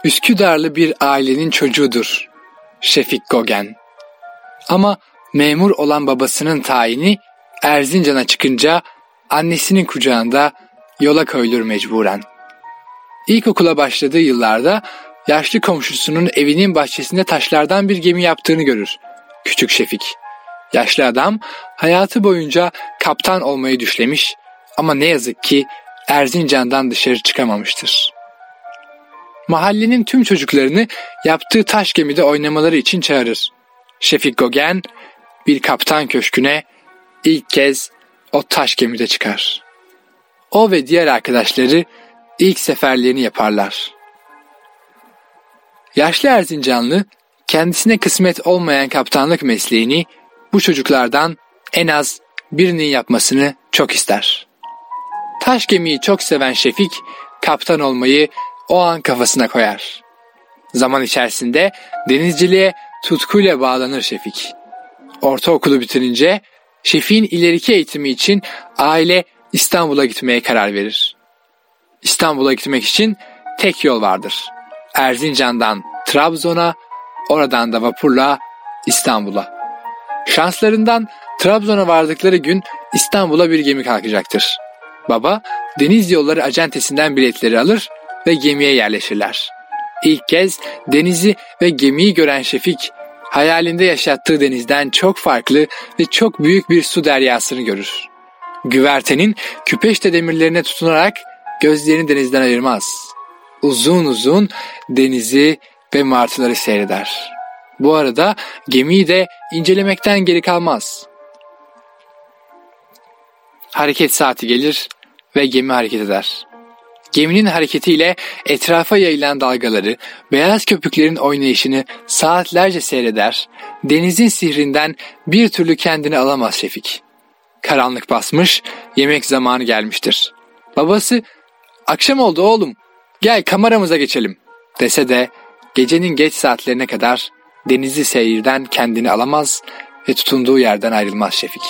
Üsküdarlı bir ailenin çocuğudur Şefik Gögen. Ama memur olan babasının tayini Erzincan'a çıkınca annesinin kucağında yola koyulur mecburen. İlkokula başladığı yıllarda yaşlı komşusunun evinin bahçesinde taşlardan bir gemi yaptığını görür küçük Şefik. Yaşlı adam hayatı boyunca kaptan olmayı düşlemiş ama ne yazık ki Erzincan'dan dışarı çıkamamıştır. Mahallenin tüm çocuklarını yaptığı taş gemide oynamaları için çağırır. Şefik Gögen bir kaptan köşküne ilk kez o taş gemide çıkar. O ve diğer arkadaşları ilk seferlerini yaparlar. Yaşlı Erzincanlı kendisine kısmet olmayan kaptanlık mesleğini bu çocuklardan en az birinin yapmasını çok ister. Taş gemiyi çok seven Şefik kaptan olmayı o an kafasına koyar. Zaman içerisinde denizciliğe tutkuyla bağlanır Şefik. Ortaokulu bitirince Şefik'in ileriki eğitimi için aile İstanbul'a gitmeye karar verir. İstanbul'a gitmek için tek yol vardır. Erzincan'dan Trabzon'a, oradan da vapurla İstanbul'a. Şanslarından Trabzon'a vardıkları gün İstanbul'a bir gemi kalkacaktır. Baba deniz yolları acentesinden biletleri alır ve gemiye yerleşirler. İlk kez denizi ve gemiyi gören Şefik, hayalinde yaşattığı denizden çok farklı ve çok büyük bir su deryasını görür. Güvertenin küpeşte demirlerine tutunarak gözlerini denizden ayırmaz. Uzun uzun denizi ve martıları seyreder. Bu arada gemiyi de incelemekten geri kalmaz. Hareket saati gelir ve gemi hareket eder. Geminin hareketiyle etrafa yayılan dalgaları, beyaz köpüklerin oynayışını saatlerce seyreder, denizin sihrinden bir türlü kendini alamaz Şefik. Karanlık basmış, yemek zamanı gelmiştir. Babası, "Akşam oldu oğlum, gel kameramıza geçelim," dese de gecenin geç saatlerine kadar denizi seyirden kendini alamaz ve tutunduğu yerden ayrılmaz Şefik.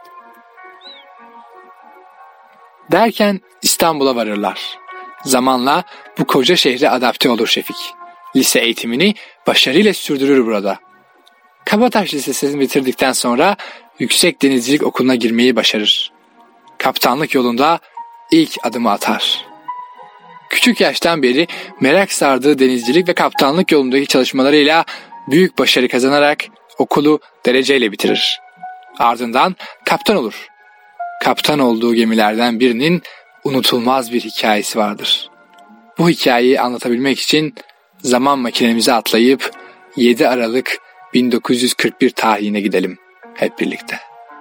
Derken İstanbul'a varırlar. Zamanla bu koca şehre adapte olur Şefik. Lise eğitimini başarıyla sürdürür burada. Kabataş Lisesi'ni bitirdikten sonra Yüksek Denizcilik Okulu'na girmeyi başarır. Kaptanlık yolunda ilk adımı atar. Küçük yaştan beri merak sardığı denizcilik ve kaptanlık yolundaki çalışmalarıyla büyük başarı kazanarak okulu dereceyle bitirir. Ardından kaptan olur. Kaptan olduğu gemilerden birinin unutulmaz bir hikayesi vardır. Bu hikayeyi anlatabilmek için zaman makinemize atlayıp 7 Aralık 1941 tarihine gidelim hep birlikte.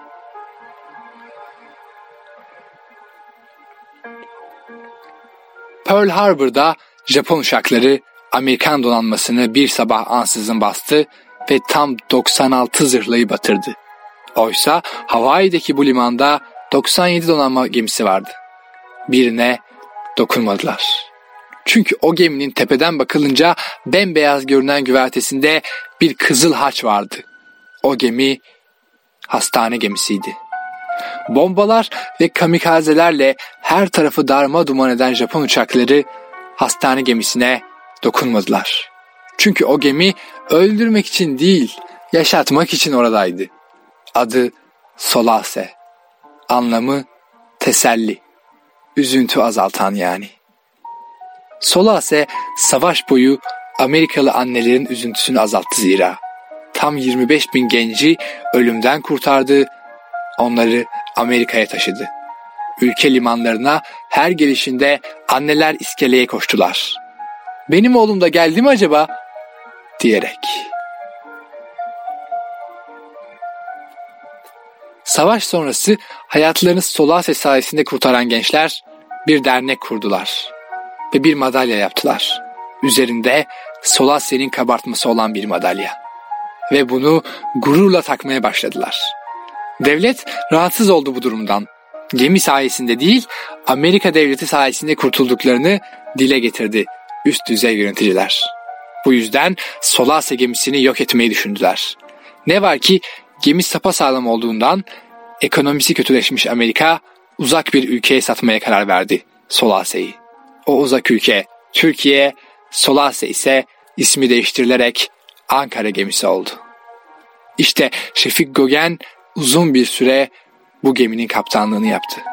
Pearl Harbor'da Japon uçakları Amerikan donanmasını bir sabah ansızın bastı ve tam 96 zırhlıyı batırdı. Oysa Hawaii'deki bu limanda 97 donanma gemisi vardı. Birine dokunmadılar. Çünkü o geminin tepeden bakılınca bembeyaz görünen güvertesinde bir kızıl haç vardı. O gemi hastane gemisiydi. Bombalar ve kamikazelerle her tarafı darma duman eden Japon uçakları hastane gemisine dokunmadılar. Çünkü o gemi öldürmek için değil, yaşatmak için oradaydı. Adı Solace. Anlamı teselli, üzüntü azaltan yani. Solace savaş boyu Amerikalı annelerin üzüntüsünü azalttı zira. Tam 25.000 genci ölümden kurtardı, onları Amerika'ya taşıdı. Ülke limanlarına her gelişinde anneler iskeleye koştular. "Benim oğlum da geldi mi acaba?" diyerek. Savaş sonrası hayatlarını Solace sayesinde kurtaran gençler bir dernek kurdular ve bir madalya yaptılar. Üzerinde Solace'nin kabartması olan bir madalya. Ve bunu gururla takmaya başladılar. Devlet rahatsız oldu bu durumdan. Gemi sayesinde değil, Amerika devleti sayesinde kurtulduklarını dile getirdi üst düzey yöneticiler. Bu yüzden Solace gemisini yok etmeyi düşündüler. Ne var ki gemi sapasağlam olduğundan ekonomisi kötüleşmiş Amerika uzak bir ülkeye satmaya karar verdi Solace'yi. O uzak ülke Türkiye Solace ise ismi değiştirilerek Ankara gemisi oldu. İşte Şefik Gögen uzun bir süre bu geminin kaptanlığını yaptı.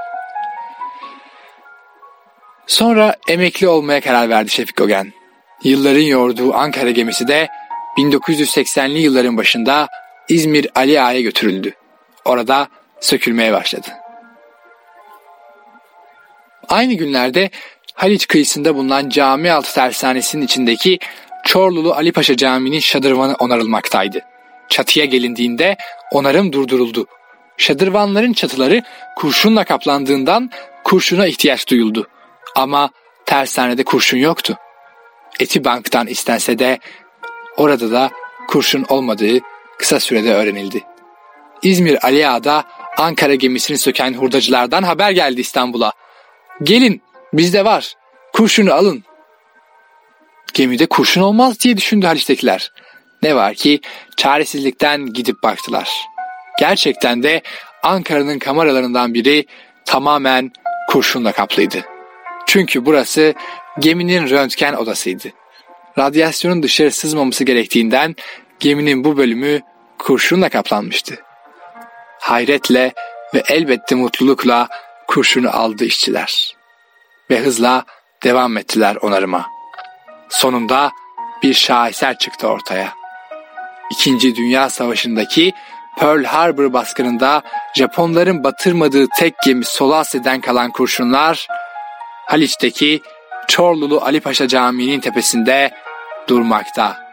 Sonra emekli olmaya karar verdi Şefik Gögen. Yılların yorduğu Ankara gemisi de 1980'li yılların başında İzmir Ali Ağa'ya götürüldü. Orada sökülmeye başladı. Aynı günlerde Haliç kıyısında bulunan Camialtı Tersanesi'nin içindeki Çorlulu Ali Paşa Camii'nin şadırvanı onarılmaktaydı. Çatıya gelindiğinde onarım durduruldu. Şadırvanların çatıları kurşunla kaplandığından kurşuna ihtiyaç duyuldu. Ama tersanede kurşun yoktu. Etibank'tan istense de orada da kurşun olmadığı kısa sürede öğrenildi. İzmir Ali Ağa'da Ankara gemisini söken hurdacılardan haber geldi İstanbul'a. "Gelin, bizde var, kurşunu alın." Gemide kurşun olmaz diye düşündü Haliç'tekiler. Ne var ki çaresizlikten gidip baktılar. Gerçekten de Ankara'nın kameralarından biri tamamen kurşunla kaplıydı. Çünkü burası geminin röntgen odasıydı. Radyasyonun dışarı sızmaması gerektiğinden geminin bu bölümü kurşunla kaplanmıştı. Hayretle ve elbette mutlulukla kurşunu aldı işçiler. Ve hızla devam ettiler onarıma. Sonunda bir şaheser çıktı ortaya. İkinci Dünya Savaşı'ndaki Pearl Harbor baskınında Japonların batırmadığı tek gemi Solace'den kalan kurşunlar Haliç'teki Çorlulu Ali Paşa Camii'nin tepesinde durmakta.